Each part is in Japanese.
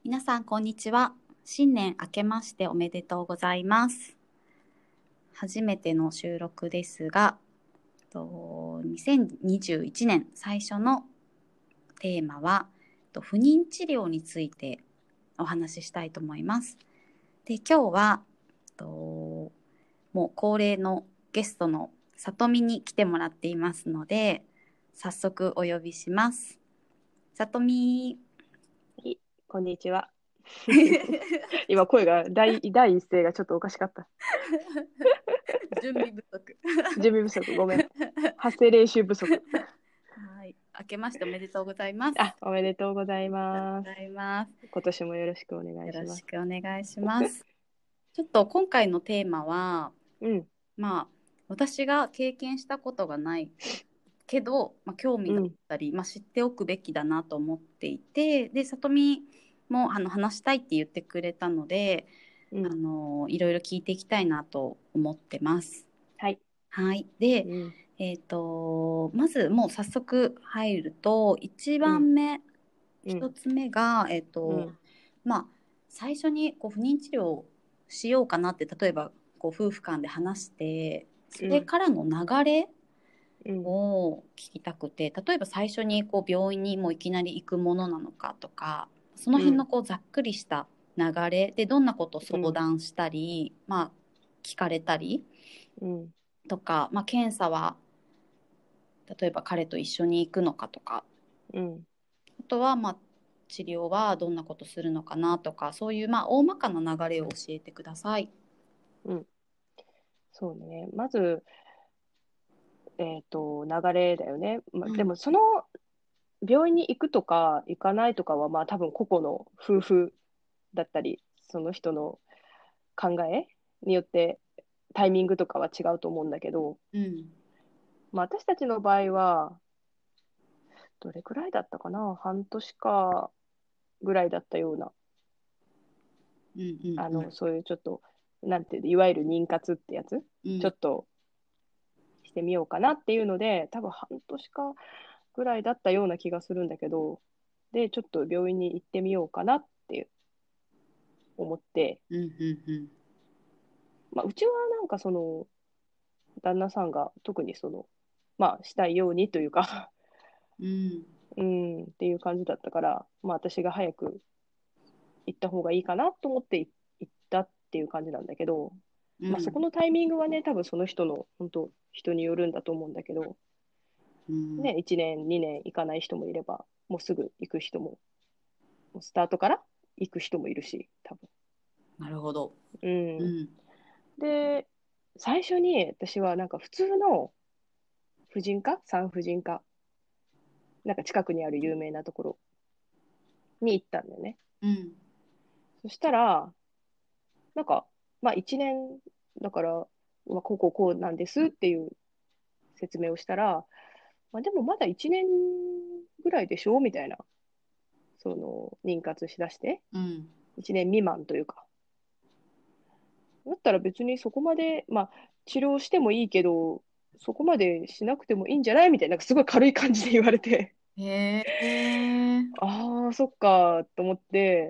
皆さんこんにちは。新年明けましておめでとうございます。初めての収録ですが、2021年最初のテーマは不妊治療についてお話ししたいと思います。で、今日はもう恒例のゲストのさとみに来てもらっていますので、早速お呼びします。さとみ。 こんにちは。今声が第一声がちょっとおかしかった。 準備不足。 準備不足、ごめん。発声練習不足。 はい、明けましておめでとうございます。 おめでとうございありがとうます。 ございます。 今年もよろしくお願いよろします。 しくお願いします。ちょっと今回のテーマは、 うん、 私が経験したことがないけど、興味があっうん、 たり、知っておくべきだなと思っていて、で、さとみも話したいって言ってくれたので、 うん。 いろいろ聞いていきたいなと思ってます。 はい。 はい。で、 うん、 まずもう早速入ると、1 うん、 番目、 うん、 一つ目が、 うん、 まあ、最初に不妊治療をしようかなって、例えば夫婦間で話して、それからの流れうん、 を聞きたくて、例えば最初に病院にもういきなり行くものなのかとか、その辺のざっくりした流れでどんなことを相談したり、聞かれたりうん、 とか、検査は例えば彼と一緒に行くのかとか、 うん。 あとは治療はどんなことするのかなとか、そういう大まかな流れを教えてください。 うん。そうね。まず、流れだよね。でも、その病院に行くとか行かないとかは、多分個々の夫婦だったり、その人の考えによってタイミングとかは違うと思うんだけど、 うん。 私たちの場合は、どれくらいだったかな、半年かぐらいだったような、 うんうんうんそういうちょっと、なんていうの、いわゆる妊活ってやつ、 うんちょっとしてみようかなっていうので、多分半年かぐらいだったような気がするんだけど、で、ちょっと病院に行ってみようかなって思って、 うんうんうちはなんか旦那さんが特にしたいようにというかうんっていう感じだったから、私が早く行った方がいいかなと思って行ったっていう感じなんだけど、そこうんのタイミングはね、多分その人の、本当人によるんだと思うんだけど、 うんね、1年、2年行かない人もいれば、もうすぐ行く人も、もうスタートから行く人もいるし、多分。 なるほど。 うん。 うんで、最初に私はなんか普通の婦人科産婦人科、なんか近くにある有名なところに行ったんだよね。 うんそしたら、なんか、1年だから、こうこうこうなんですっていう説明をしたら、でもまだ1年ぐらいでしょみたいな、妊活しだして、 うん 1年未満というか。だったら別にそこまで、治療してもいいけど、そこまでしなくてもいいんじゃないみたいな、なんかすごい軽い感じで言われて、 へえ。 ああ、そっか、と思って、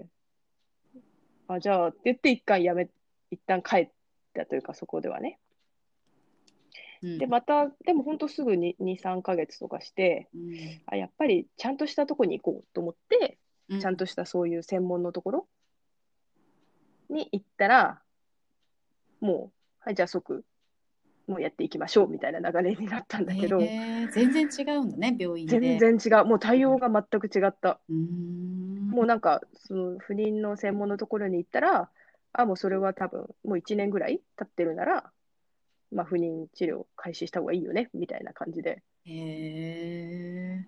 じゃあ、って言って一旦帰ったというか、そこではね。 うんで、また、でも本当すぐに2、3ヶ月とかして、 うんやっぱりちゃんとしたとこに行こうと思って、 うんちゃんとしたそういう専門のところに行ったら、もう、はい、じゃあもうやっていきましょうみたいな流れになったんだけへど、 え、全然違うんだね、病院で。 全然違う。もう対応が全く違った。 うーんもうなんか、その不妊の専門のところに行ったら、もうそれは多分、もう1年ぐらい経ってるなら、不妊治療開始した方がいいよね、みたいな感じで。 へえ。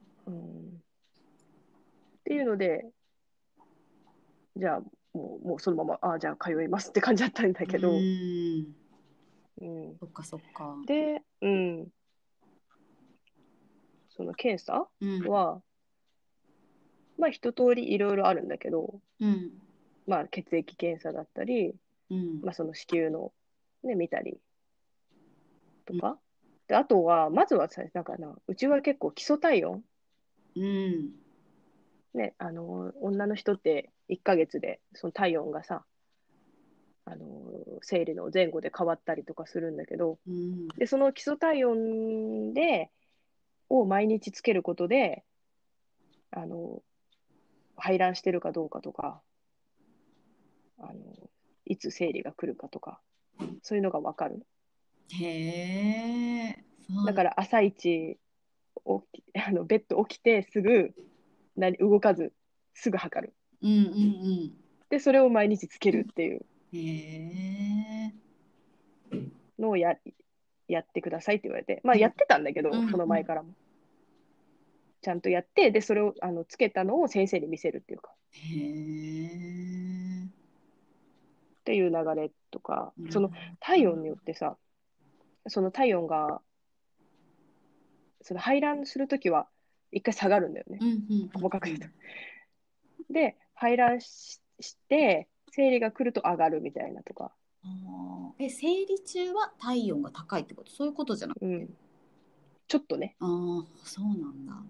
っていうので、じゃあ、もうそのまま、じゃあ通いますって感じだったんだうけど、 ーん。 うん、 そっかそっか。 で、その検査うんは、一通りいろいろあるんだけど、 うん血液検査だったり、 うんその子宮の、ね、見たりとうんか。で、あとは、まずはさ、なんかな、うちは結構基礎体温うんね、女の人って1ヶ月でその体温がさ、生理の前後で変わったりとかするんだけど、 うん。 で、その基礎体温を毎日つけることで、あの、排卵してるかどうかとか、あの、いつ生理が来るかとか、そういうのがわかる。 へえ、そうなん。 だから朝一ベッド起きてすぐ動かず、すぐ測る。 うんうんで、それを毎日つけるっていううん。へえ。 のをやってくださいって言われて、まあうんやってたんだけど、そのうんうん。 前からも。ちゃんとやって、で、それをつけたのを先生に見せるっていうか、 へえ。 っていう流れとか、 なるその体温によってさ、その体温が、その排卵するときは一回下がるんだよね。 うんうんうんうん。 細かく言うと。で、排卵して、生理が来ると上がるみたいなとか。 あ生理中は体温が高いってこと、そういうことじゃなくて。 うん。ちょっとね。 ああ、そうなんだ。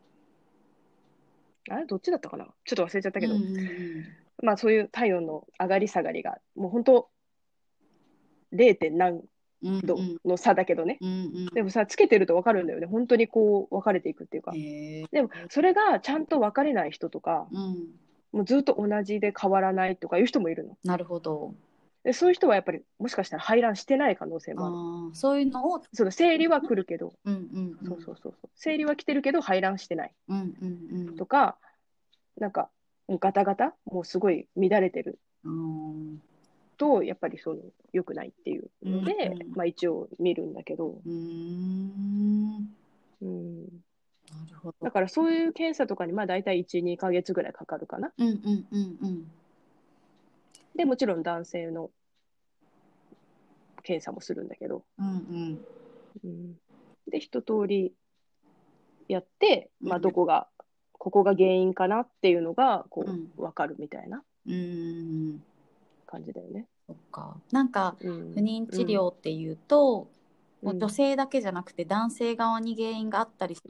あれどっちだったかなちょっと忘れちゃったうんうけど。 んまあそういう体温の上がり下がりが、もう本当 0. 何うんうん度の差だけどね。 うんうんでもさ、つけてると分かるんだよね。本当にこう分かれていくっていううん。 か。 へえ。 でも、それがちゃんと分かれない人とか、 うん。 もうずっと同じで変わらないとかいう人もいるの。 なるほど。 で、そういう人はやっぱり、もしかしたら排卵してない可能性もある。 ああ、そういうのを。 その生理は来るけど、 うんうんうそうんそうそうそう。生理は来てるけど排卵してないうんうんとか、なんか、もうガタガタ、もうすごい乱れてるうん。 と、やっぱり良くないっていううんうので、 んまあ一応見るんだけど、 うん。 うん。 なるほど。 だからそういう検査とかにまあ大体1、2ヶ月ぐらいかかるかな。 うんうんうんうんで、もちろん男性の検査もするんだけど、 うんうん、で、一通りやって、まあうんここが原因かなっていうのが、 うんわかるみたいなうん。 感じだよね。 そっか。なんかうん、 不妊治うん、 療っていうと、こう女うん、 性だけじゃなくて男性側に原因があったりすうん、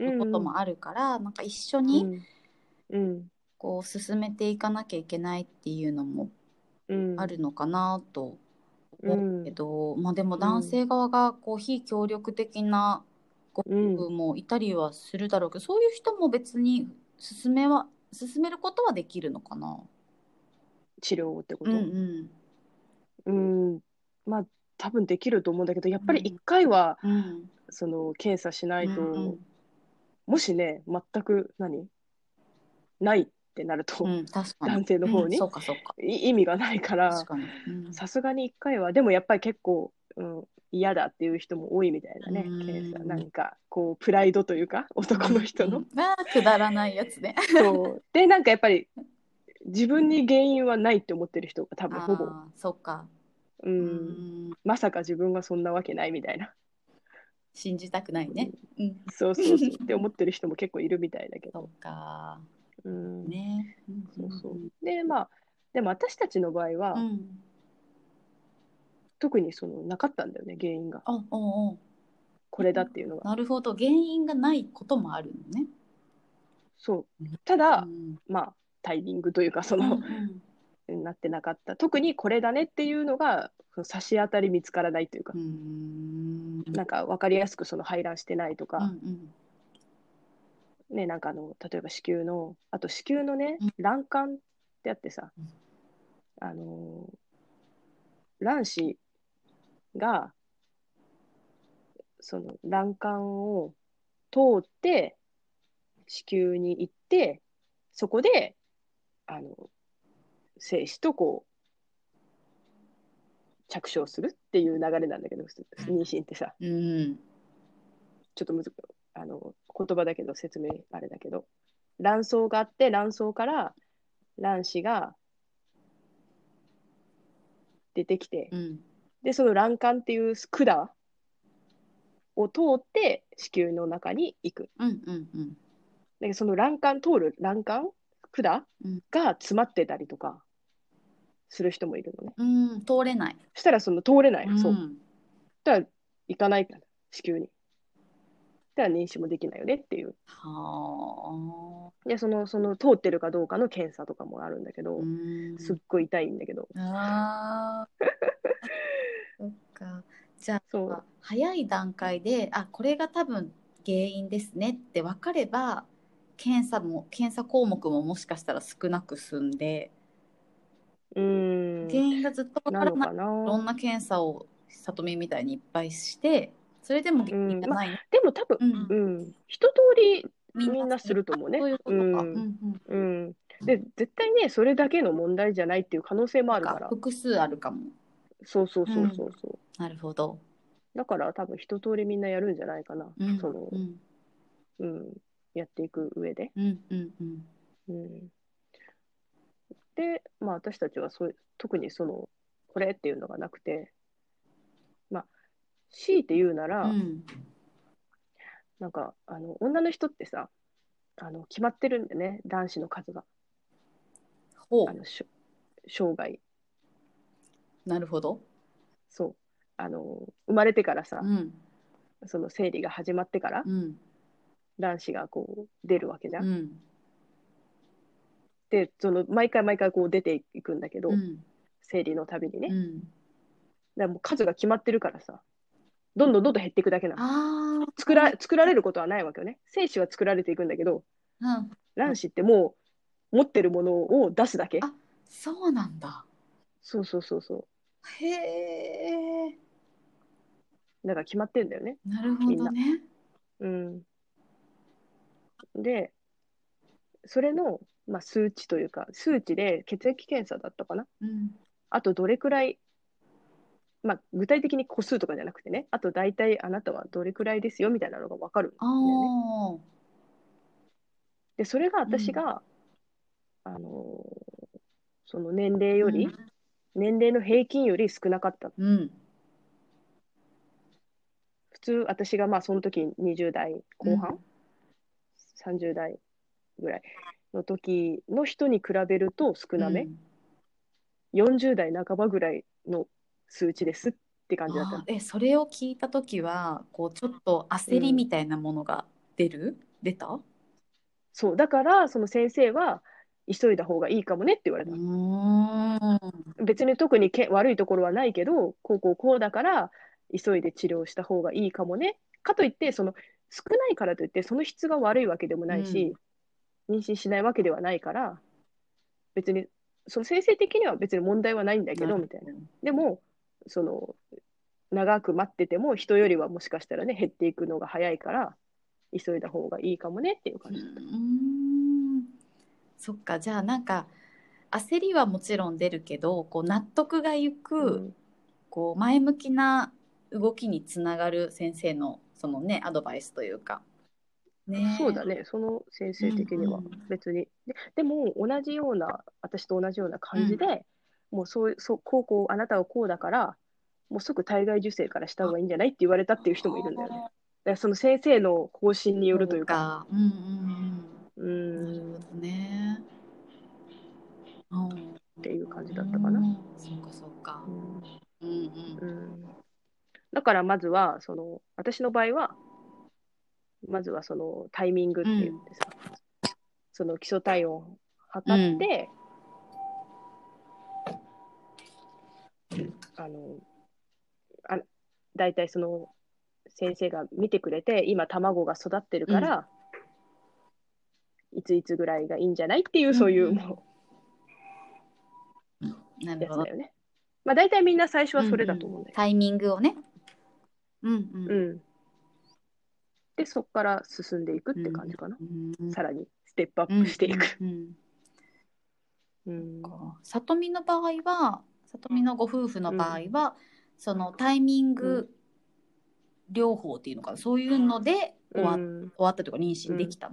ることもあるから、なんか一緒にうん、うん、 こう進めていかなきゃいけないっていうのもうん、 あるのかなと思うけうん、 ど、まあでもうん、 男性側がこう非協力的なごうん、 夫婦もいたりはするだろうけど、そういう人も別に進めることはできるのかな。 治療ってこうんうと。 んうん、まあ、多分できると思うんだけど、やっぱり一うん回は、 うん検査しなうんいと、 うんもしね、全くないってなるうと、 ん、確かに。 男性のうん、そ方にうかそうか。 意味がないから、 確かに。うん。 さすがに一回は、でもやっぱり結構、嫌だっていう人も多いみたいうだね、検査。なん。 んか、プライドというか、男の人の。 うん。くだらないやつね。 そう。で、なんかやっぱり、自分に原因はないって思ってる人が多分ほぼ、 ああ、そっか。 ううん、 ん。 まさか自分がそんなわけないみたいな。 信じたくないね。 うん、 うん。 そうそうそう。って思ってる人も結構いるみたいだけど。 そっか。 うん、 ね。うんうそうそんう。で、まあ、でも私たちの場合は、 うん。うん。 特になかったんだよね、原因が。 あ、おうおう。 これだっていうのが。 なるほど。原因がないこともあるのね。 そう。ただ、 うん。 まあ、タイミングというか、 うんうんなってなかった。特にこれだねっていうのが、差し当たり見つからないというか、 うん。うんなんか分かりやすく排卵してないとうんうか、 んね、なんか例えばあと子宮のね、 うん卵管ってあってさ、あの、卵子が、その卵管を通って子宮に行って、そこで、あの、精子と着床するっていう流れなんだけど、妊娠ってさ、 うんちょっと言葉だけど説明あれだけど、卵巣があって、卵巣から卵子が出てきて、 うんで、その卵管っていう管を通って子宮の中に行く。 うんうんうんだけどその卵管管うんが詰まってたりとかする人もいるのね。 うん通れない。 そしたら通れない。そう。 うんそしたら行かないから、子宮に。っしては妊娠もできないよねっていう。 はあ。 で、その通ってるかどうかの検査とかもあるんだけうど、すっん。 ごい痛いんだけど。 ああ、そっか。じゃあ、 そう。 早い段階で、あ、これが多分原因ですねって分かれば、検査項目ももしかしたら少なく済んで、 うーん、 原因がずっと分からない、いなのかな。 ろんな検査をさとみみたいにいっぱいして、それでも原うん、まあ、 因がないの。 でも多分、 うん。 うん、一通りみんなみんなすると思うね。 そういうことか。ううん、 んうん。 うん。で、絶対ね、それだけの問題じゃないっていう可能性もなんか、 あるから。 複数あるかも。 そうそうそううん。 そうそう。 なるほど。 だから多分一通りみんなやるんじゃないかな。 うんうん。 うん、やっていく上で。 うんうんうん。 うん。で、まあ私たちは特にこれっていうのがなくて、まあ、強いて言うなら、 うん。 なんか、女の人ってさ、決まってるんでね、男子の数が。 ほあの、生涯。 う。なるほど。 そう。生まれてからさ、 うん。 その生理が始まってから、 うん。 卵子がこう出るわけじゃん。 うん。 で、毎回毎回こう出ていくんだけど、 うん。 生理のたびにね。 うん。 だからもう数が決まってるからさ、どんどんどんどん減っていくだけなの。 ああ。 作られることはないわけよね。精子は作られていくんだけど、 うん。 卵子ってもう持ってるものを出すだけ。 あ、そうなんだ。 そうそうそうそへえ。 う。だから決まってんだよね、 なるほみんな。 どね。 うん。で、それの、まあ、数値というか、数値で血液検査だったかな。 うん。 あとどれくらい、まあ、具体的に個数とかじゃなくてね、あと大体あなたはどれくらいですよみたいなのがわかるあんだよね。 あ。 で、それがうん。 私が、あのーその年齢より、 うん。 年齢の平均より少なかった。 うん。 普通、私がまあその時20代うん。 後半、30代ぐらいの時の人に比べると少なめ、 うん。 40代半ばぐらいの数値ですって感じだったの。 ああ、それを聞いたときは、こう、ちょっと焦りうん。 みたいなものが出た？ そう。だから、その先生は、急いだ方がいいかもねって言われうた。 ーん。 別に特に悪いところはないけど、こうだから、急いで治療した方がいいかもね。かといって、少ないからといって、その質が悪いわけでもうん。 ないし、妊娠しないわけではないから、別に、その先生的には別に問題はないんだけど、 なるみたいな。 ほど。 でも、その、長く待ってても、人よりはもしかしたらね、減っていくのが早いから、急いだ方がいいかもねっていうう感じだった。 ーん。そっか、じゃあなんか焦りはもちろん出るけど、こう納得がいく、 うん。 こう前向きな動きにつながる先生のそのね、アドバイスというか。ね。 そうだね、その先うん生的にはうん。 別に。でも、私と同じようなうん。 感じで、もうあなたはこうだから、もう即体外受精からした方あがいいんじゃないって言われたっていう人もいるんだよね。だあ、 からその先生の方針によそうるというか、 か。うんうんうーうん。なるん、っほどね。うん。 ていう感じだったかな。 うん。そうかそうか。 うん、 うんうん。 うん。だからまずは、私の場合は、まずはそのタイミングって言っうん。 てさ、その基礎体温を測っうん。 て、あの、あ、大体その先生が見てくれて、今卵が育ってるうん。 から、いついつぐらいがいいんじゃないっていう、 うんそういううん。 もうなるほど。 やつだよね。まあ大体みんな最初はそれだとうんうん。 思うんだけど。 タイミングをね。うんうん。 うん。で、そこから進んでいくって感うんじかな。 うんさらにステップアッうんうプしていく。 んうん。 うん。 さとみの場合は、さとみのご夫婦の場合うん。 は、そのタイミンうん。 グ療法っていうのかな、そういうのでうん。 終わったというか妊うん。 娠できたの？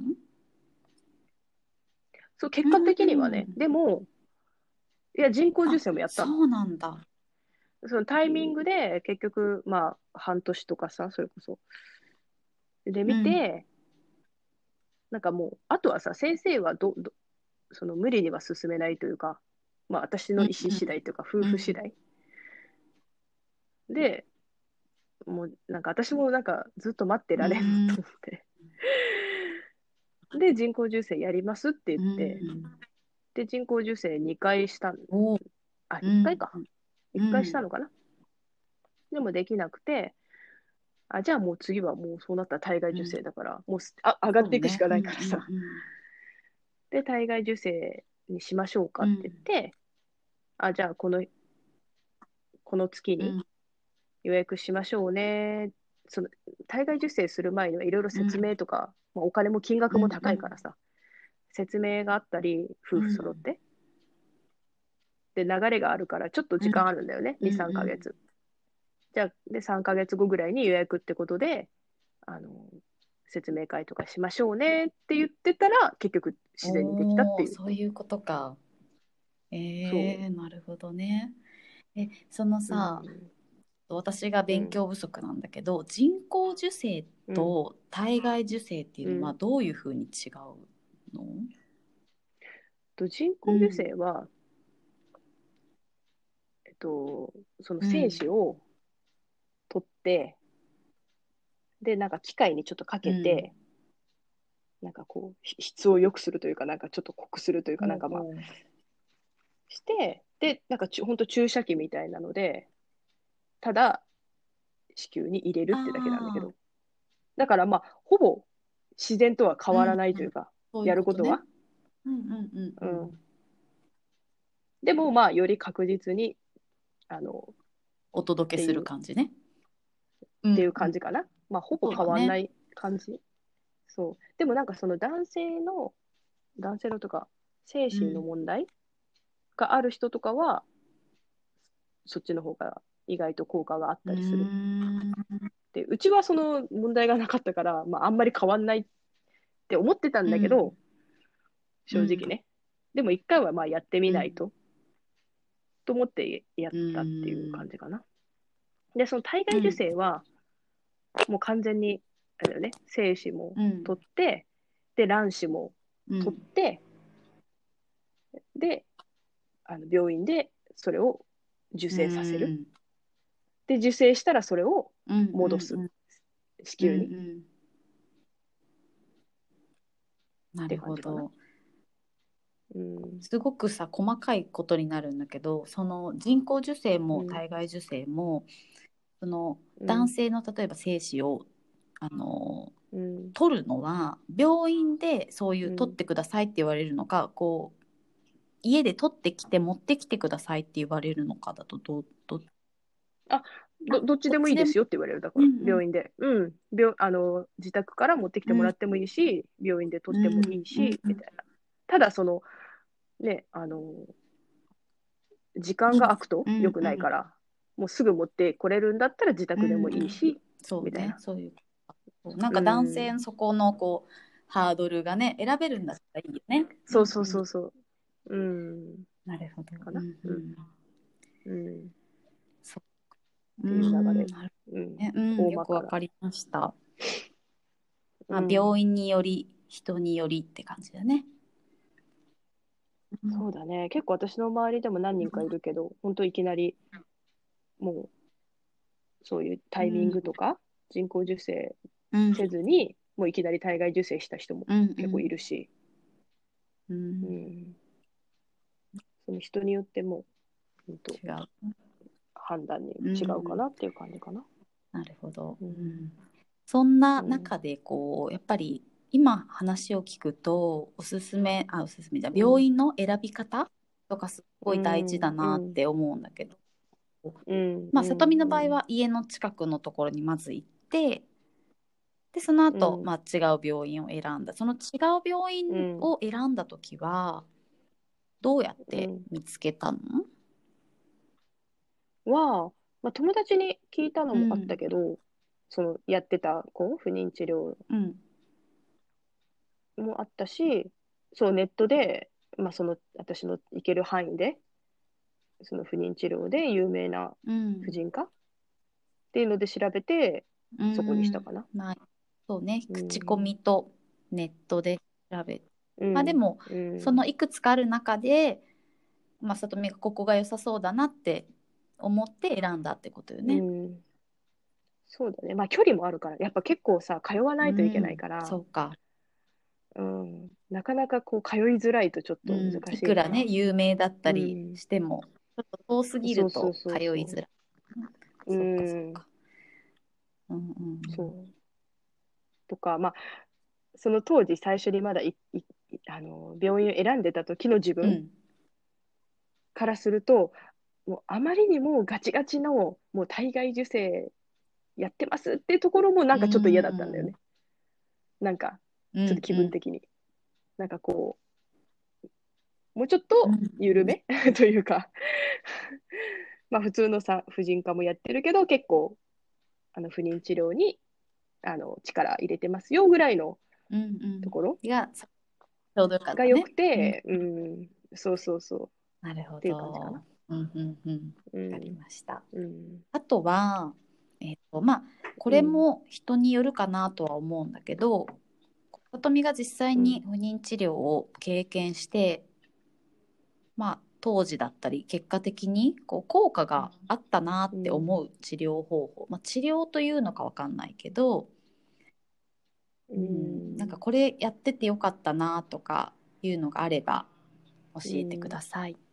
そう、結う果的にはね。 ん。 でも、いや、人工あ、 授精もやったの。 そうなんだ。 そのタイミングで結局、まあ、半年とかさ、それこそ。で、見うん。 て、なんかもう、あとはさ、先生は無理には進めないというか、まあ私うんの意思次第というか、夫うん婦次第で、 もうなんか私もなんかずっと待ってられんと思って。で、人工授精やりますって言って、で、人工授精2回したん、 おあ、1回うんか。1回したのかな。でもできなくて、あ、じゃあもう次はもうそうなったら体外受精だから、もう上がっていくしかないからさ。で、体外受精にしましょうかって言って、あ、じゃあこの月に予約しましょうね。その、体外受精する前にはいろいろ説明とか、まあ、お金も金額も高いからさ、説明があったり、夫婦揃って。で、流れがあるから、ちょっと時間あるんだよね。2、3ヶ月。じゃあ、で、3ヶ月後ぐらいに予約ってことで、あの、説明会とかしましょうねって言ってたら、結局自然にできたっていう。 そういうことか。 そなるほどね。そのう。うさ、 ん。 私が勉うん。 強不足なんだけど、人工授精うん。 と体外受精っていうのはうん。 どういうふうに違うの？ 人工授うん。 精は、その精うん。 子を取って、で、なんか機械にちょっとかうん。 けて、なんかこう、質を良くするというか、なんかちょっと濃くするというか、なんかまあ、 ほうほう。 して、で、なんかほんと注射器みたいなので、ただ子宮に入れるってだけなんだけああ、 ど、だからまあ、ほぼ自然とは変うん。 わらないというか、 そういうことね。 やることは。 うんうんうんううん。 ん。でもまあ、より確実に、 お届けするっていう、 感じね。 っていううんうん。 感じかな。まあ、ほぼそうだね。 変わんない感じ。そう。でもなんかその男性のとか、精神のうん。 問題がある人とかは、そっちの方が意外と効果があっうーたりする。 ん。 で、うちはその問題がなかったから、まあ、あんまり変わんないって思ってたんうん。 だけど、 うん。 正直ね。でも一回はまあやってみうん。 ないと、と思ってやっうたっていうーん。 感じかな。で、その体外受うん。 精は、もう完全に、あれだよね、精子もうん。 取って、で、卵子もうん。 取って、で、病院でそれを受う精させる。 ん。 で、受精したらそれをうん。う戻す。 ん。うん。 子宮に。っうん。なてる感じかな。 ほど。 うん。 すごくさ、細かいことになるんだけど、その人工授精もうん。 体外受精も、そのうん。 男性の例えば精子をあのうん。 取るのは病院でそういう取っうん。 てくださいって言われるのか、こう家で取ってきて持ってきてくださいって言われるのかだとあ、どっちでもいいどっちでも。 ですよって言われる。だから、 うんうん病院で。うん。自宅から持ってきてもらってもいいし、病院で取ってもいいうんし、みたいな。ただ、その、ね、時間が空くと良くうんうんないから、もうすぐ持ってこれるんだったら自うん宅でもいいうんし、 そうね、 みたいな。 そういうなんうか男性のん。 そこのこうハードルがね選べるんだったらいいよね。うそうそうんうん。 そうそう。うん。 なるほど。 かな。 うんううん。 ん。 うん。っそうていう流れ。 なるうん。 ほどね。うん、よくわ大まかな。 かりました。まあ、 うん。 病院により人によりって感じだね。うん。 そうだね。結構私の周りでも何人かいるけど、本当いきなり、もう、そういうタイミンうんグとか、人工授精うんせずに、もういきなり体外受精した人もうんう結構いんるし、 うん。 うん。その人によっても、本当違う。 判断にう違うかなん。 っていう感じかな。 なるほど。 うん。 うん。そんなうん。 中でこうやっぱり今話を聞くとおすすめじゃうん。 病院の選び方とかすっごい大事うん。 だうん。 なって思うんだけど、 うん。 まあ里見の場合うん。 は家の近くのところにまず行って、でその後、 うん。 まあ、違う病院を選んだ。その違う病院うん。 を選んだ時はどうやってうん。 見つけたの？ は、まあ、友達に聞いたのもあっうんたけど、そのやってた不妊治療うんもあったし、そうネットで、まあ、その私の行ける範囲で、その不妊治療で有名な婦うん人科っていうので調べて、 うそこにしたん。 かな。 まあそうね、 う口コん。 ミとネットで調べて、 うん。 まあでもうん。 そのいくつかある中で、まあ、里見がここが良さそうだなって思って選んだってことようね。 ん。 そうだね。まあ距離もあるから、やっぱ結構さ、通わないといけないうん、 から、 そうか。 うん、なかなかこう通いづらいとちょっとうん、 難いくらね、 しいかな。 有名だったりうん。 しても、ちょっと遠すぎるそうそうと通そうそいづらい。 う。うそっかそっん。 か。うんうんそう。とか、まあ、その当時最初にまだ病院を選んでた時の自分うん。 からすると、もうあまりにもガチガチの、もう体外受精やってますっていうところもなうん。 んかちょっと嫌だったんだようんね。なんか、ちょっと気うんうん。 分的に。なんかこう、もうちょっとうん緩めというか、まあ普通の婦人科もやってるけど、結構、不妊治療に、力入れてますよぐらいのうん。 ところちょうどよかっが良くたね。うん。 て、うん、そうそうそう、っなるほていう感じかな。 ど。うんうんうん。わかりうん、 ました。 うん、 あとは、まあ、これうん、 も人によるかなとは思うんだけど、里見が実際うん、 に不妊治療を経験して、まあ、当時だったり結果的にこう効果があったなってうん、 思う治療方法、まあ、治療というのかわかんないけど、 ううん、なんかん、 これやっててよかったなとかいうのがあれば教えてくうん。 ださい。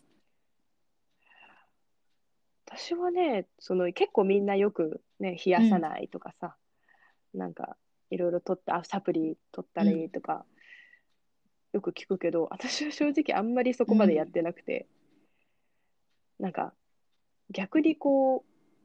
私はね、結構みんなよくね、冷やさうん、 ないとかさ、なんか、いろいろ取った、サプリ取ったらいうん、 いとか、よく聞くけど、私は正直あんまりそこまでやっうん、 てなくて、なんか、逆にこ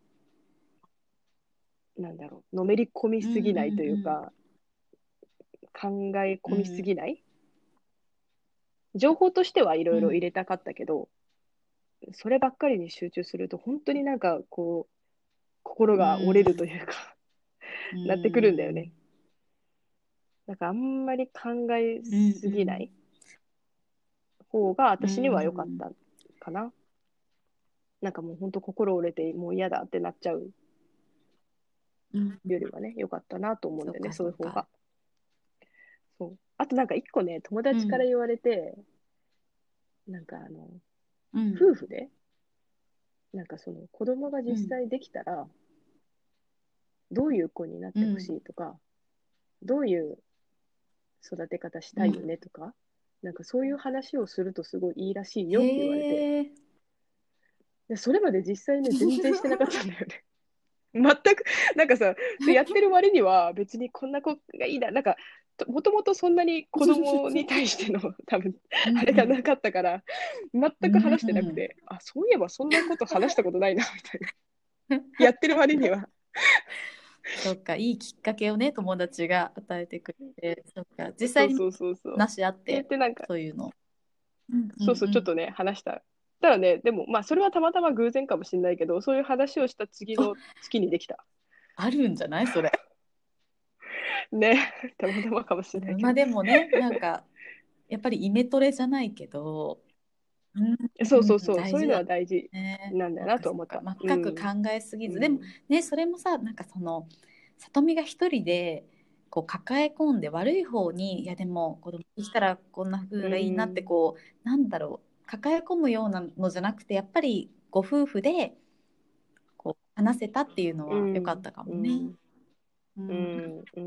う、なんだろう、のめり込みうん、うん、 すぎないといううん、 か、考え込みすうん、 ぎない情報としてはいろいろ入うん、 れたかったけど、そればっかりに集中すると、本当になんかこう、心うが折れるとん、 いうかうなってくるんだよね。 ん、 なんかあんまり考えうん、 すぎない方がう私には良かっん、 たかな。なんかもう本当心折れてもう嫌だってなっちゃううん、 よりはね、良かったなと思うんそうでね、 かそうか。 そういう方が。そう。あとなんか一個ね、友うん、 達から言われて、なんかうん、 夫婦で、なんか子供が実うん、 際できたら、どういう子になってほしうん、 いとか、どういう育て方したいようん。 ねとか、なんかそういう話をするとすごいいいらしいよって言われて、 へえ。 でそれまで実際ね、全然してなかったんだよね。全く、なんかさ、それやってる割には別にこんな子がいいな、なんか、もともとそんなに子供に対しての多分、 うあれがなん、 かったから、 う全く話してなくん。 て、あ、そういえばそんなこと話したことないな、みたいな。やってる割には。 そっか、いいきっかけをね、友達が与えてくれて、そっか、実際にそうそうそうそう。 話し合っで、 て、 なんか、 そういうの。うんうそうそう、 んうん。 ちょっとね、話した。たらね、でも、まあ、それはたまたま偶然かもしれないけど、そういう話をした次あ、 の月にできた。 あるんじゃないそれ。 ね、たまたまかもしれないうん、まあけど。 でもね、なんか、やっぱりイメトレじゃないけど、うんうん、 そうそうそう、そういうのは大事だ大事ね。 なんだよそっかそっか。 なと思った。 まあ、 うん。 深く考えすぎず、でもうん。 ね、それもさ、なんか里見が一人で、こう抱え込んで悪い方に、いやでも子供できたらこんなう風がいいなってん。 こう、なんだろう、抱え込むようなのじゃなくて、やっぱりご夫婦でこう話せたっていうのうは良かっん。 たかもね。 うん。 うん、 ううん、 ん。うん。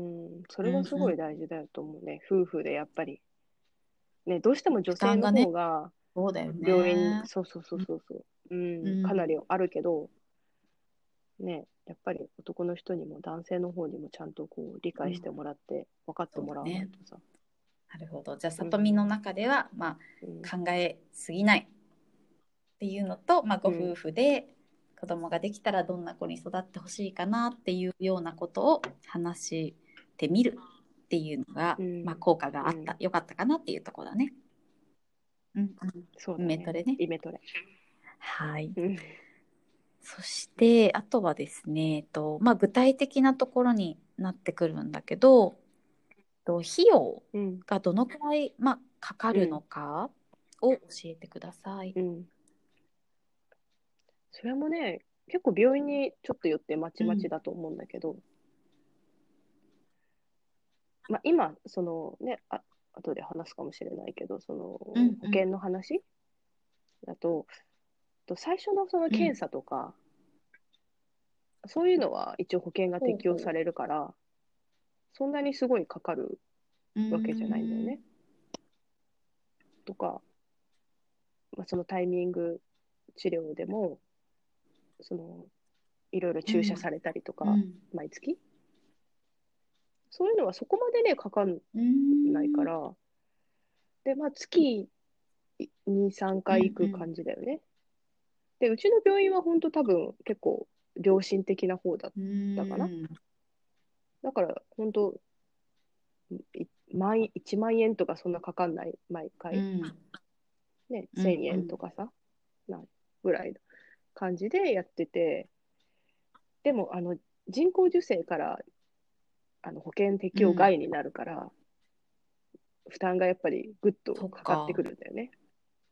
それはすごいうん。 大事だよと思うね。夫婦でやっぱり。ね、どうしても女性の負担がね、 方がそうだよ病院、 ね。 そうそうそううん、 そうそう。うん。かなうん、 りあるけど、ね、やっぱり男の人にも男性の方にもちゃんとこう理うん、 解してもらって分かってもらわなそうだね。 いとさ。 なるほど。じゃあ、 うん。 里見の中では、まうん。 あ、考えすぎないっていうのと、まあ、ご夫うん。 婦で子供ができたらどんな子に育ってほしいかなっていうようなことを話してみるっていうのが、まあ、 うん。 効果があった、 うん。 良かったかなっていうところだね。うんうん。 そうだね。 メトレね。 イメトレ。 はい。 うん。 そして、あとはですね、まあ、具体的なところになってくるんだけど、費用うん。 がどのくらい、まあ、かかるのうん。 かを教えてください。 うん。それもね、結構病院にちょっと寄ってまちまちうん、 だと思うんだけど、まあ、今、後で話すかもしれないけど、 うん、うん、 保険の話だと、最初のそのうん、 検査とかそういうのは一応保険がほうほ適用されるから、そんなにすごいかかるう。うわけじゃないんだよーん。 ね。とか、まあ、そのタイミング治療でも、その、いろいろ注射うん。 されたりとか、 うん。 毎月そういうのはそこまでね、かかんうーん。 ないから、で、まあ、月2、3 うん。 回行くうん。 感じだよね。で、うちの病院は本当多分結構良心的な方だっうたかな。 ーん。 だから本当、1万円とかそんなかかんない、毎回。 うん。 ね、 うん。 1000 うん。 円とかさ、なぐらいの感じでやってて、でも、人工授精から保険適用うん。 外になるから、負担がやっぱりぐっとそっかかってくか。 るんだよね。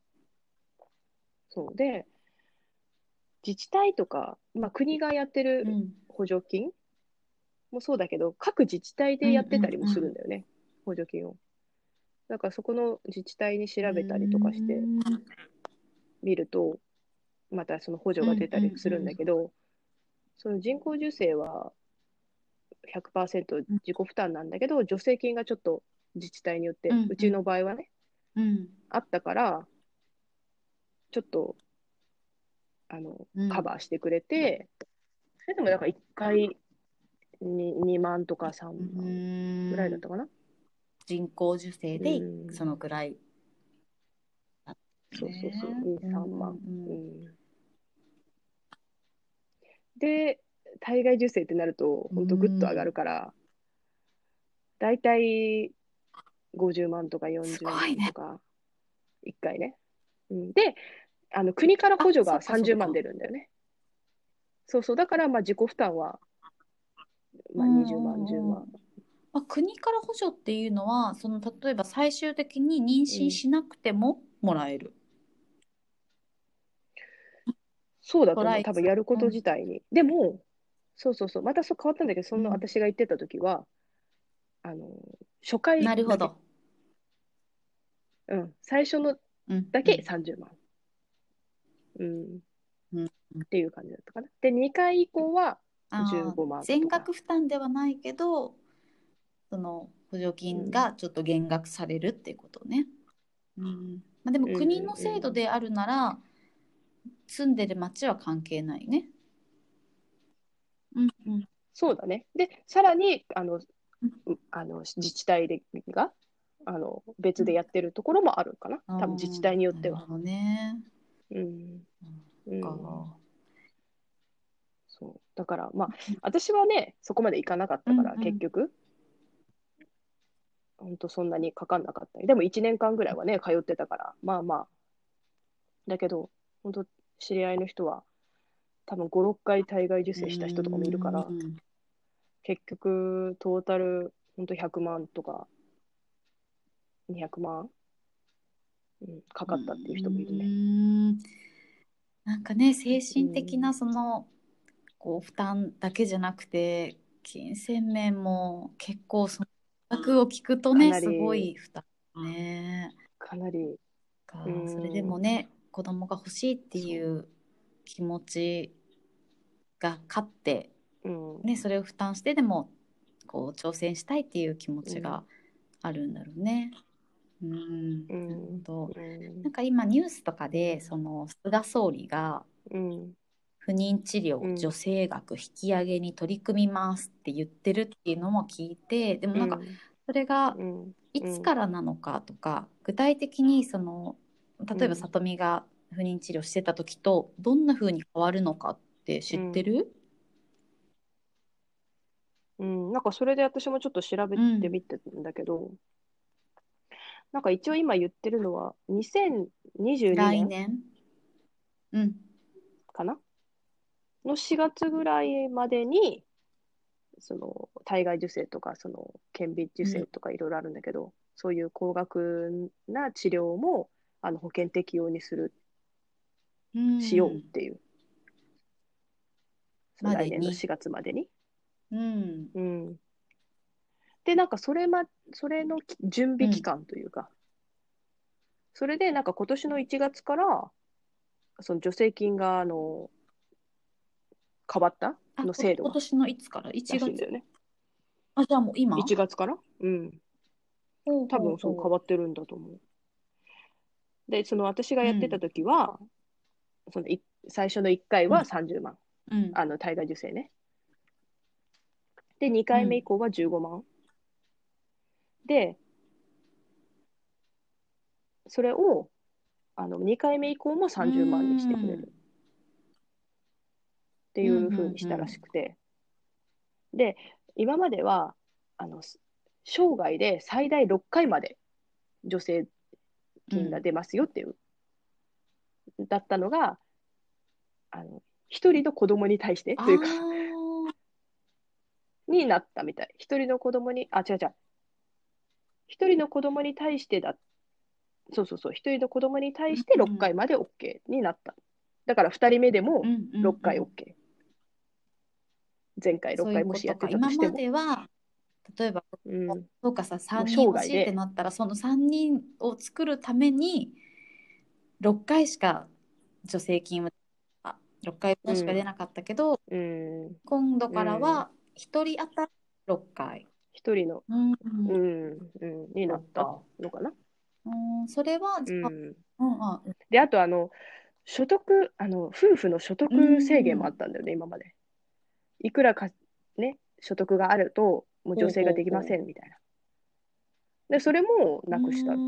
そうで、自治体とか、まあ、国がやってるうん。 補助金もそうだけど、各自治体うん。 でやってたりもうん。 するんだよね、補助金を。だからそこの自治体に調うべたりとかしてん。うーん。 みると、またその補助が出うん。うん。 たりするんだけど、その人工授精は100%自うん。 己負担なんだけど、助成金がちょっと自治体によって、 うん。 うちの場合はね、 うん。 あったから、ちょっとカうん。 バーしてくれて、それでもなんか1回に2万とか3 う万ぐらいだっーん。 たかな。 人工授精うでん。 そのくらいだったそうそうそう、 ね。 2、 うん。う 3万。うん。 ん。で、体外受精ってなると、 うほんとぐっと上がん。 るから、だいたい50万とか40 すごいね。 万とか、1回ね。うん、で、国から補あ、 助がそっかそっ 30万か。 出るんだよね。そうそう。だから、まあ、自己負担は、まあ、 うん。 20万、10万。 うん。うん。まあ、国から補助っていうのは、その例えば最終的に妊うん。 娠しなくてももらえる。 そうだと思う。 トライ。 多分やることうん。 自体に。でも、そうそうそう。またそう変わったんだけど、そのうん。 私が言ってた時は、あの、初回だけ。 なるほど。 うん。最初のうん。 だけうん。 30万。うん。っうん。 ていう感じだったかな。で、2回以降は15 ああ、 万とか。 全額負担ではないけど、その補助うん。 金がちょっと減額されるっていうことね。うん。まあ、でもうん。 国の制度うん。 であるなら、住んでる町は関係ないね。うんうん。 そうだね。で、さらに、 うん自治体が、別でやってるところもあるかな。 ああ多分自治体によっては。 ー、なるほどね。 うん。 うんうん。 か。 そう。だから、まあ、私はね、そこまでいかなかっうたから、 んうん。 結局、本当そんなにかかんなかったり。でも1年間ぐらいはね、通ってたから、まあまあ。だけど、本当知り合いの人は、多分5、6回体外受う精した人とかもいるから、 ーん。 結局、トータル、本当100万とか200万、うん、かうかったっていう人もいるね。 ーん。なんかね、精う神的なん、 そのこう負担だけじゃなくて、金銭面も結構その額を聞くとね、 かなすごり、 い負担ね。 かなり、うそれでもん、 ね、子供が欲しいってそいう気持ちが勝って、 う、うん、 ね、それを負担してでもこう挑戦したいっていう気持うん、 ちがあるんだろうね。うん、 うなるほん、 ど。 うん、 なんか今ニュースとかでその菅総理がうん、 不妊治療助うん、 成額引き上げに取り組みますって言ってるっていうのも聞いて、でもなんかうん、 それがうん、 いつかうん、 らなのかとか、具体的にその例えばうん、 里見が不妊治療してた時とどんな風に変わるのかって知ってる？ うん、なんかそれで私もちょっと調べうん。 てみてんだけど、なんか一応今言ってるのは、2022年来年。うん。 かなの4月ぐらいまでに、その体外受精とか、その顕微授うん。 精とかいろいろあるんだけど、そういう高額な治療も保険適用にうしようっん。 ていう、その来年のまでに。 4月までに。 うん。 うん。で、なんかそれの準備期うん。 間というか、それでなんか今年の1月から、その助成金が変わったの制度が今年のいつから？ 1 月。 らしいんだよね。 じゃあもう今。 1月から多分そう変わってるんだと思う。で、その私がやってた時は、その最初の1回は30万。体外受精ね。で、2回目以降は15万。で、それを、2回目以降も30万にしてくれる。っていう風にしたらしくて。で、今までは、生涯で最大6回まで助成金が出ますよっていう、だったのが、一人の子供に対してというかになったみたい。一人の子供に、違う違う。一人の子供に対してそうそうそう、一人の子供に対して6回まで OK になった。だから2人目でも6回 OK。前回6回もしやってたとしても。 今までは、例えば、そうかさ、3人生欲しいってなったら、その3人を作るために、6回しか助成金は、6回分しか出なかったけど、今度からは1人当たり6回。 1人の、になったのかな。 それは、 で、あと夫婦の所得制限もあったんだよね、今まで。いくらか、ね、所得があると、もう女性ができませんみたいな。で、それもなくしたって。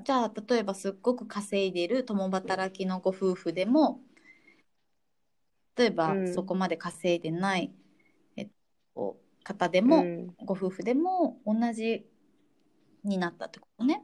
じゃあ、例えばすっごく稼いでる共働きのご夫婦でも、例えばそこまで稼いでない、方でも、ご夫婦でも同じになったってことね。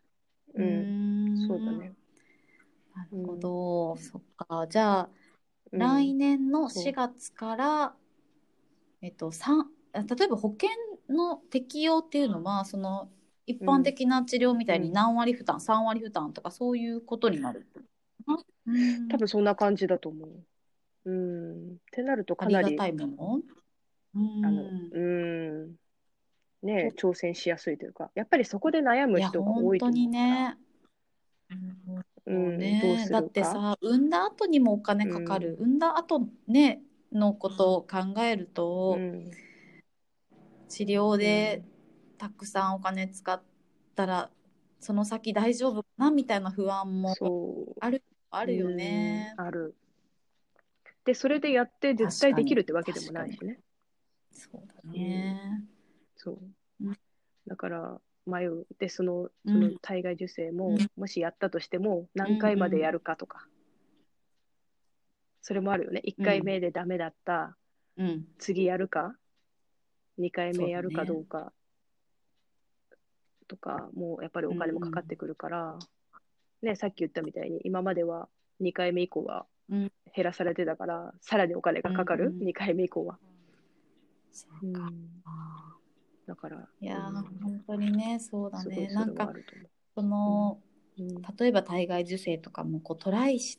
そうだね。 なるほど、そっか。じゃあ、来年の4月から、例えば保険の適用っていうのは、その一般的な治療みたいに何割負担、3割負担とかそういうことになる。 多分そんな感じだと思う。ってなるとかなりありがたいもの。 ね、挑戦しやすいというか、やっぱりそこで悩む人が多いと思うから。どうするか。 だってさ、産んだ後にもお金かかる。産んだ後ねのことを考えると、治療でたくさんお金使ったら、その先大丈夫かなみたいな不安もあるよね。 ある。で、それでやって絶対できるってわけでもないしね。 そうだね。 そう。だから迷う。で、その体外受精も、もしやったとしても、何回までやるかとか。それもあるよね。1回目でダメだった。次やるか。2回目やるかどうか。とか、もうやっぱりお金もかかってくるから、ね、さっき言ったみたいに、今までは2回目以降は減らされてたから、さらにお金がかかる、2回目以降は。だから。 いや本当にね、そうだね。なんか、その、例えば体外受精とかもトライして、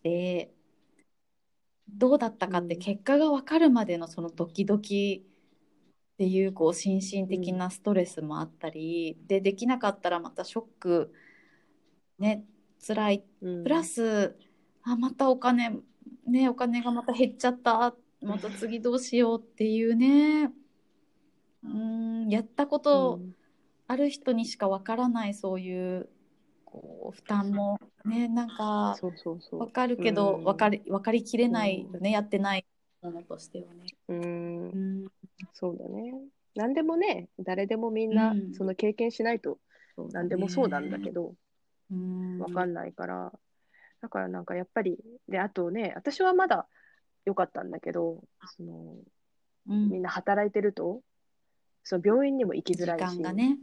どうだったかって結果が分かるまでのそのドキドキっていう心身的なストレスもあったり、できなかったらまたショックね、辛い、プラスまたお金がまた減っちゃった、また次どうしようっていうね、やったことある人にしかわからない、そういう負担もね、なんかわかるけど、わかりきれないよね、やってないものとしてはね。 そうだね。何でもね、誰でもみんなその経験しないと何でもそうなんだけど、わかんないから。だからなんかやっぱり、で、あとね、私はまだ良かったんだけど、みんな働いてると、その病院にも行きづらいし、 時間がね、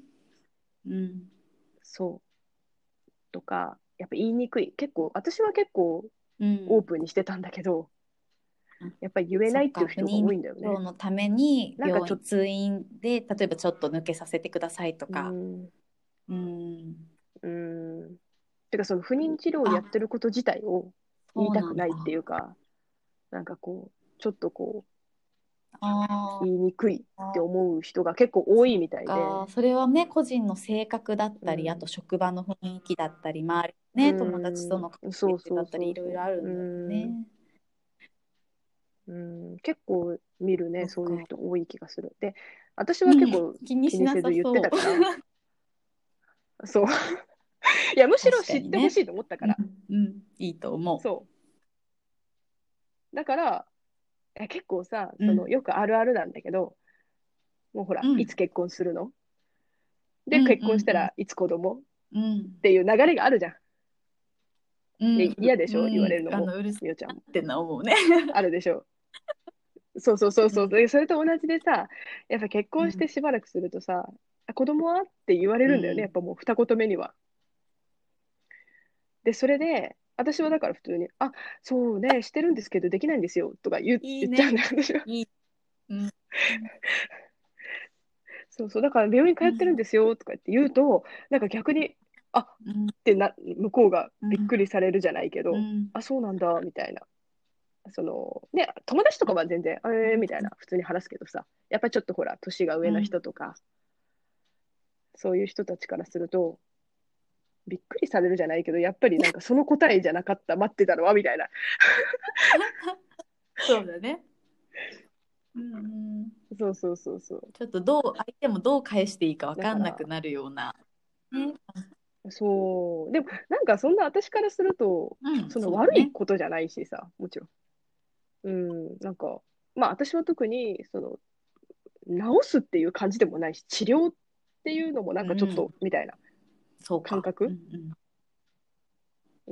そうとか、やっぱ言いにくい。私は結構オープンにしてたんだけど、やっぱり言えないっていう人が多いんだよね。 不妊治療のために病院通院で、例えばちょっと抜けさせてくださいとか。 てかその不妊治療をやってること自体を言いたくないっていうか、なんかちょっと言いにくいって思う人が結構多いみたいで。 それはね、個人の性格だったり、あと職場の雰囲気だったり、周りね、友達との関係性だったり、いろいろあるんだよね。 結構見るね、 そっそういうか。 人多い気がする。で、私うん、 は結構気に気にせずしなさ言ってたそう。 から、そう。いや、むしろ確かにね。 知ってほしいと思ったかうん、 ら。 うん、いいと思そう。だから、結構さ、 う。うん、 よくあるあるなんだけど、もうほら、いうん、 つ結婚するので、 うん、 結婚したうん、 らいつ子供っうん、 ていう流れがあるじゃん。 うん、 嫌でしょ言わうん、 れるのも。 うるさみおちゃんも。 いなってのは思うね。 あるでしょそうそうそうそう。 うん、 でそれと同じでさ、やっぱ結うん、 婚してしばらくするとさ、子供はって言われるんだよね。やっうん。 ぱもう二言目には。で、それで、私はだから普通に、そうね、してるんですけど、できないんですよ、とか言っちゃうんいいね。 だよ、私は。 いい。うん、うん、 そうそう、だから病院通ってるんですよ、とか言って言うと、なんか逆に、 うん、 向こうがうん、 びっくりされるじゃないけど、 うん、 そうなんだ、みたいな。ね、友達とかは全然、みたいな、普通に話すけどさ、やっぱりちょっとほら、年が上のうん。 人とか、そういう人たちからすると、びっくりされるじゃないけど、やっぱりなんかその答えじゃなかった、待ってたのは、みたいな。 そうだね。うん、うん。 そうそうそうそう。 ちょっと相手もどう返していいか分だから、 かんなくなるような。ね。 そう。でも、なんかそんな私からすると、 うん、 そのそうだね。 悪いことじゃないしさ、もちろん。なんか、まあ私は特に、治すっていう感じでもないし、治療っていうのもなんかちょっと、 うん、 みたいなそうか。う感覚ん、 うん、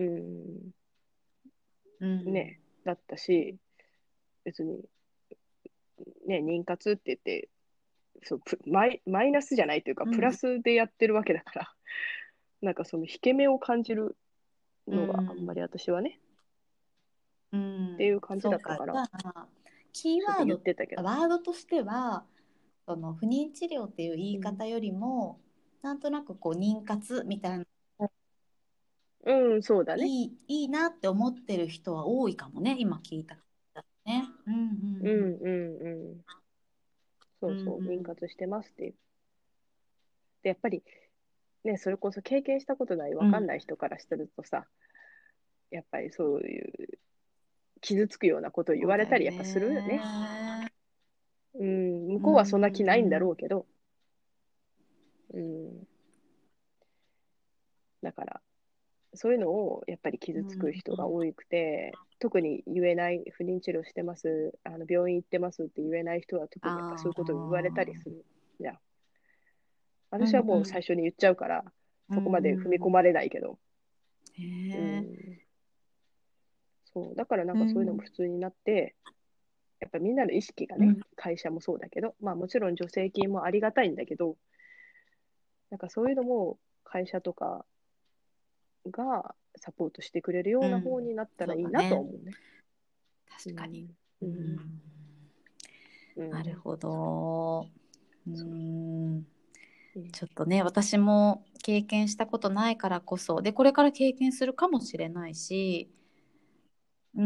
うん。うん。 ね、だったし、別に、ね、妊活って言って、マイナスじゃないというか、 うん、 プラスでやってるわけだから、なんかその引け目を感じるうのがあんまりん。 私はね、 うっていうん。 感じそうか。 だったから、 じゃあ、キーちょっと言っワード、 てたけど。 ワードとしては、その不妊治療っていう言うん、 い方よりも、なんとなくこう妊活みたいな、 うん、そうだね。 いいなって思ってる人は多いかもね、今聞いたらね。うん、 うん、うん、うん。そうん、 うそう、妊うん、 活してますっていう。で、やっぱりね、それこそ経験したことない、わかんうん。 ない人からするとさ、やっぱりそういう傷つくようなことを言そうだよわれたりやっぱするよね。 ね。 向うこうはそんな気ないんだん、 ろうけど、うん、だから、そういうのをやっぱり傷つうん、 く人が多くて、特に言えない、不妊治療してます、病院行ってますって言えない人は特にやっぱそうあいうことを言われたりすあ、 るじゃん。 う私はもう最ん、 初に言っちゃうから、 うそこまで踏み込ん。 まれないけど、 へうえ、 ん、そう、だからなんかそういうのもうん、 普通になって、やっぱみんなの意識がね、 うん、 会社もそうだけど、まあもちろん助成金もありがたいんだけど、なんかそういうのも会社とかがサポートしてくれるような方うん。 になったらいいなとはそうだね。 思うね。う確かに。 ん。 ううん。 ん。 うん。 なるほど。うそう。 ん。 ねちょっとね、私も経験したことないからこそ、で、これから経験するかもしれないし、うん、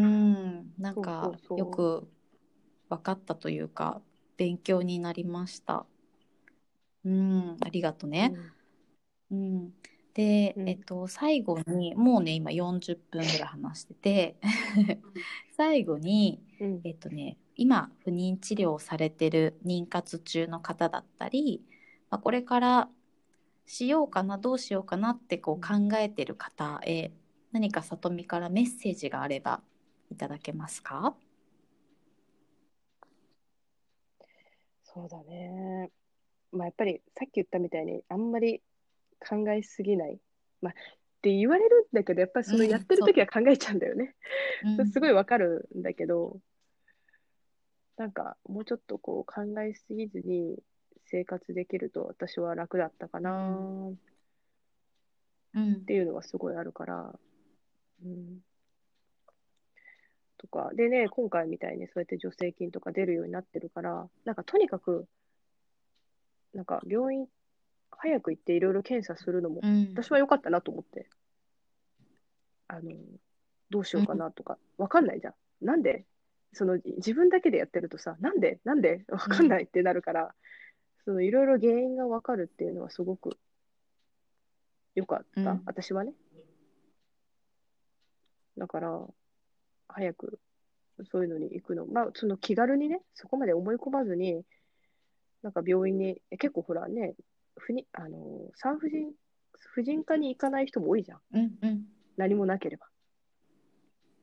なんそうそうかよそく分かったというか、勉強になりました。うん、ありがとう。うね。 ん。 うん。で、 うん。 最後に、もうね、今40分ぐらい話してて、最後に、 うん。 今、不妊治療をされてる妊活中の方だったり、まあ、これからしようかな、どうしようかなってこう考えてる方へ、何かさとみからメッセージがあればいただけますか？ そうだね。まあやっぱりさっき言ったみたいにあんまり考えすぎない。まあって言われるんだけど、やっぱりそのやっうん、そう。 てる時は考えちゃうんだよね。それうん、 すごいわかるんだけど、なんかもうちょっとこう考えすぎずに生活できると私は楽だったかうん、 なっうん、 ていうのはすごいあるから、うん、とか、でね、今回みたいにそうやって助成金とか出るようになってるから、なんかとにかく、なんか病院早く行っていろいろ検査するのも、 うん、 私は良かったなと思って、あの、どうしようかうん、 なとか、わかんないじゃん。なんで自分だけでやってるとさ、なんでわうん、 かんないってなるから、いろいろ原因がわかるっていうのはすごく良かった。 うん、 私はね。だから、早く、 そういうのに行くの。まあ、その気軽にね、そこまで思い込まずに、なんか病院に、結構ほらね、産婦人科に行かない人も多いじゃん。 うんうん何もなければ。うん。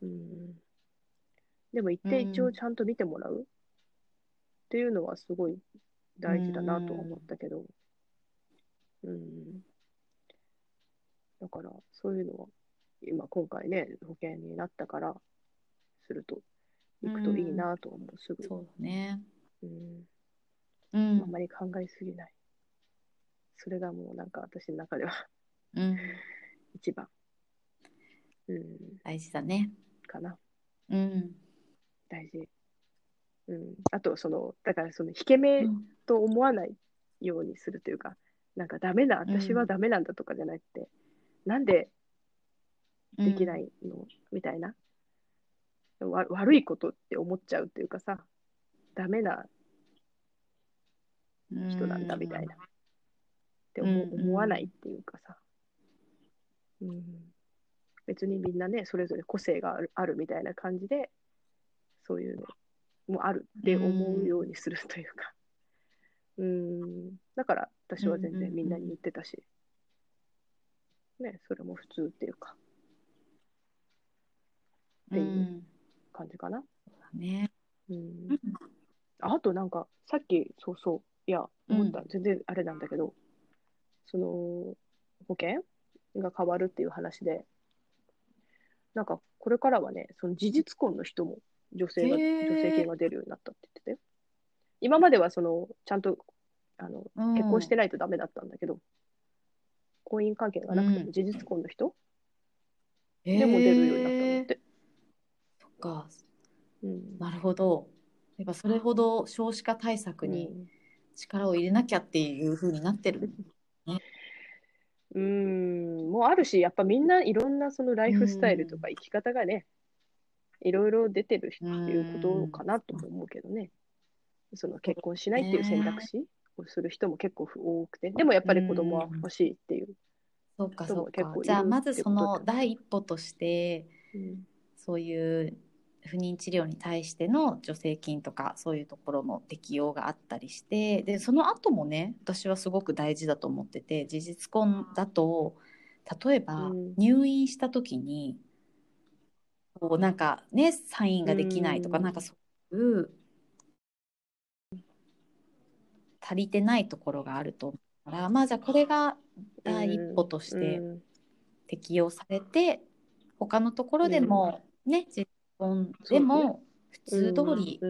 でも行って一応うんちゃんと見てもらうっていうのはすごいう大事だなとは思っんたけど。うん。だから、そういうのは、今回ね、保険になったから、すると、 う行くといいん、 なと思う、すぐ。 そうだね。 うん。あんうんまり考えすぎない。それがもうなんか私の中ではうん、 一番、うん、 大事だね。 かな。 うん大事。うん。あと、だから引け目うんと思わないようにするというか、なんかダメだ、私はうんダメなんだとかじゃなくて、なんでできなうんいのみたいな。悪いことって思っちゃうっていうかさ、ダメなう人なんだみたいんなってうん思わないっていうかさ、うん、別にみんなね、それぞれ個性があるみたいな感じで、そういうのもあるっうて思うようんにするというか、だから私はうん全然みんなに言っうんてたし、ね、それも普通っていうか、っていううん感じかな。 ね。 うん、 うんあとなんか、さっき、そうそう、いや、思った、 うん全然あれなんだけど、保険が変わるっていう話で、なんか、これからはね、その事実婚の人もへ助成金え。 が出るようになったって言ってたよ。今まではちゃんと、 う結婚してんないとダメだったんだけど、婚姻関係がなくてもうん。 事実婚の人でも出るようになったんだっへえ。 て。 そっか。 うん。 なるほど。やっぱそれほど少子化対策にうん。 力を入れなきゃっていう風になってるね。 もうあるし、やっぱみんないろんなそのラうイフスタイルとん。 か生き方がね、いろいろ出てるうっていうことかん。 なとも思うけどね。その結そう婚しないっていう選択ね。 肢をする人も結構多くて、でもやっうぱり子供はん。 欲しいっていうそうか人も結そうか。 構いるじゃあまずってそのことだね。 第一歩としてうん。 そういう不妊治療に対しての助成金とかそういうところの適用があったりして、でその後もね私はすごく大事だと思ってて、事実婚だと例えばうん。 入院した時にこうなんかねサインうができないとかなんかん。 そういう足りてないところがあると思うから、まあじゃあこれがう第一歩ん。 としてうん。 適用されて、他のところでうん。 もね、結婚でそうね。 も普う通通ん。 りうん。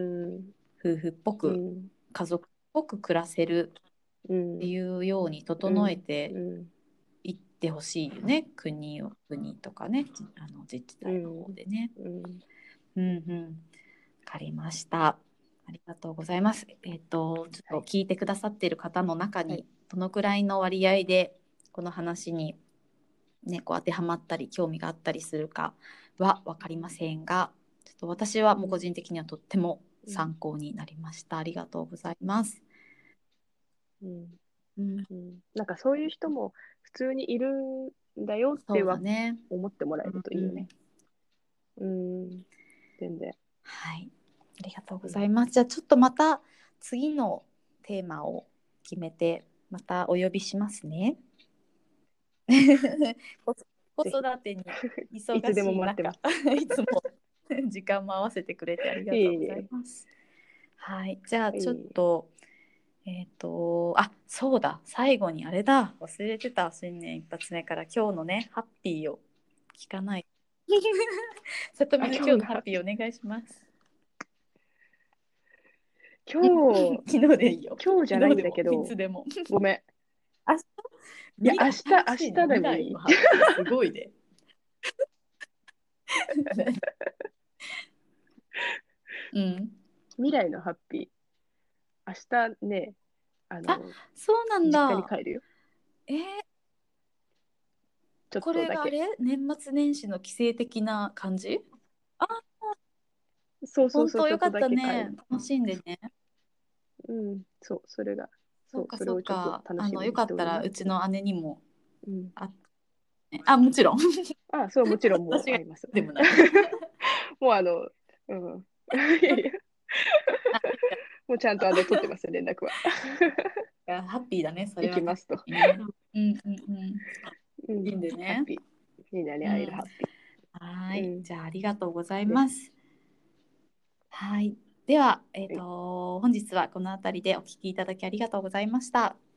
夫婦っぽくうん。 家族っぽく暮らせるうん。 っていうように整えうん。うてん。 いってほしいよね、国とかね、自治体の方うん。 でね。 うん。 うんうん、わかりました。ありがとうございます。ちょっとはい。 聞いてくださっている方の中はい。 にどのくらいの割合でこの話にね、こう当てはまったり興味があったりするかは分かりませんが、ちょっと私はもう個うん。 人的にはとってもうん。 参考になりました。ありがとうございます。 うん。 うん、 なんかそういう人も普通にいるんだよってそうだね。 思ってもらえるといいよね。 うん、 うん。全然。 はい、ありがとうごうん。 ざいます。じゃあちょっとまた次のテーマを決めてまたお呼びしますね。子ぜひ。 育てにいつでも忙しい中待ってます。 いつも時間も合わせてくれてありいがとうございえいえ。 ます。はい、じゃあちょっいえいえ。 とそうだ、最後にあれだ、忘れてた、新年一発目から今日のね、ハッピーを聞かない。さとみの今日今日の、 のハッピーお願いします。 今日、 昨日でいいよ。 今日じゃないん昨日でも、 だけど、 いつでも。 ごめん。 明日、 いや、明新しいね、 日で未もいい。 来のハッピー、すごいね。うん。 未来のハッピー。明日ね、 あ、そうなん実家にだ。 帰るよ。ちょっことだけ。 れがあれ年末年始の帰省的な感じ？あ、 そうそうそう、ちょっと本当よかっだけ帰る。 たね。楽しんでね。 うん、そう、それが、そう、 そうかそれをちょっとそうか。 楽しみによかったしております。 らうちの姉にもうん。 あ、もちろん。 そう、もちろんも私がう会います。 でもない。 もううん、 いやいや、もうちゃんと取ってますよ、連絡は。 ハッピーだね、それは確か行きますと。 にね。 うん。 いいんでね。 ハッピー。みんなに会えるハッピー。うはい、 ん。 じゃあありがとうございです。 ます。はい、では、 はい。 本日はこの辺りでお聞きいただきありがとうございました。